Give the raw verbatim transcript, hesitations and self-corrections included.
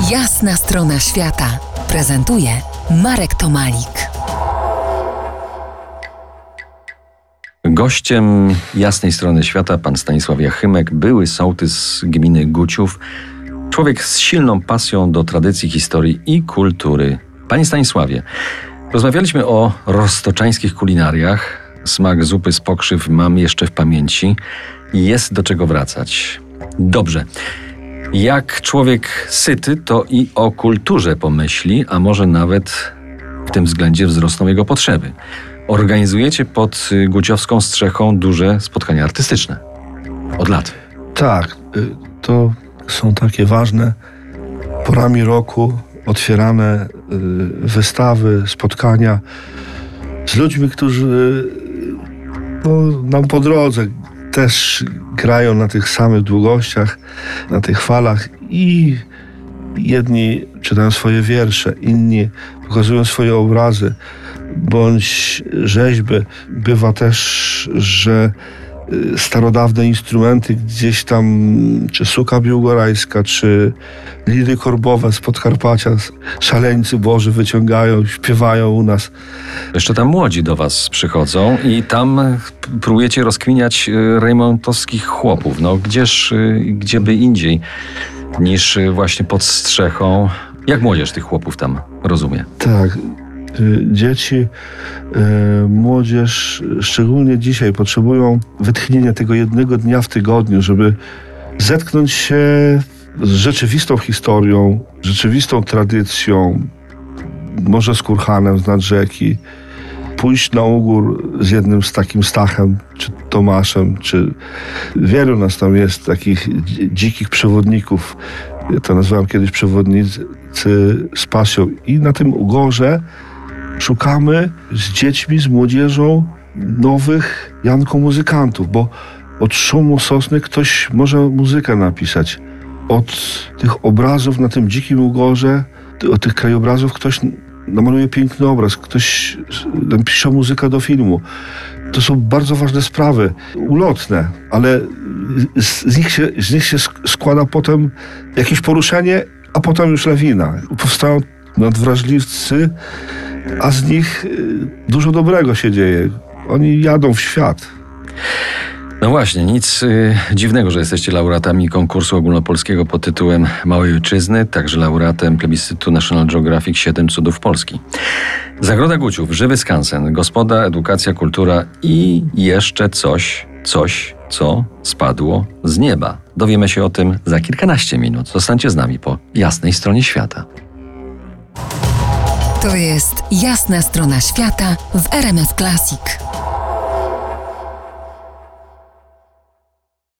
Jasna strona świata prezentuje Marek Tomalik. Gościem Jasnej Strony Świata pan Stanisław Jachymek, były sołtys gminy Guciów, człowiek z silną pasją do tradycji, historii i kultury. Panie Stanisławie, rozmawialiśmy o roztoczańskich kulinariach. Smak zupy z pokrzyw mam jeszcze w pamięci i jest do czego wracać. Dobrze. Jak człowiek syty, to i o kulturze pomyśli, a może nawet w tym względzie wzrosną jego potrzeby. Organizujecie pod guciowską strzechą duże spotkania artystyczne. Od lat. Tak, to są takie ważne porami roku otwierane wystawy, spotkania z ludźmi, którzy no, nam po drodze też grają na tych samych długościach, na tych falach i jedni czytają swoje wiersze, inni pokazują swoje obrazy bądź rzeźby. Bywa też, że starodawne instrumenty gdzieś tam, czy suka biłgorajska, czy liry korbowe z Podkarpacia, szaleńcy boży wyciągają, śpiewają u nas. Jeszcze tam młodzi do was przychodzą i tam próbujecie rozkminiać rejmontowskich chłopów. No gdzież, gdzie by indziej niż właśnie pod strzechą. Jak młodzież tych chłopów tam rozumie? Tak. Dzieci, młodzież, szczególnie dzisiaj, potrzebują wytchnienia tego jednego dnia w tygodniu, żeby zetknąć się z rzeczywistą historią, rzeczywistą tradycją, może z kurhanem z nad rzeki, pójść na ugór z jednym z takim Stachem, czy Tomaszem, czy wielu nas tam jest takich dzikich przewodników. Ja to nazywam kiedyś przewodnicy z pasją. I na tym ugorze szukamy z dziećmi, z młodzieżą nowych janko-muzykantów, bo od szumu sosny ktoś może muzykę napisać. Od tych obrazów na tym dzikim ugorze, od tych krajobrazów ktoś namaluje piękny obraz, ktoś napisze muzykę do filmu. To są bardzo ważne sprawy, ulotne, ale z, z, nich, się, z nich się składa potem jakieś poruszenie, a potem już lawina. Powstają nadwrażliwcy, a z nich dużo dobrego się dzieje. Oni jadą w świat. No właśnie, nic y, dziwnego, że jesteście laureatami konkursu ogólnopolskiego pod tytułem Małej Ojczyzny, także laureatem plebiscytu National Geographic Siedem Cudów Polski. Zagroda Guciów, żywy skansen, gospoda, edukacja, kultura i jeszcze coś, coś, co spadło z nieba. Dowiemy się o tym za kilkanaście minut. Zostańcie z nami po Jasnej Stronie Świata. To jest Jasna Strona Świata w R M F Classic.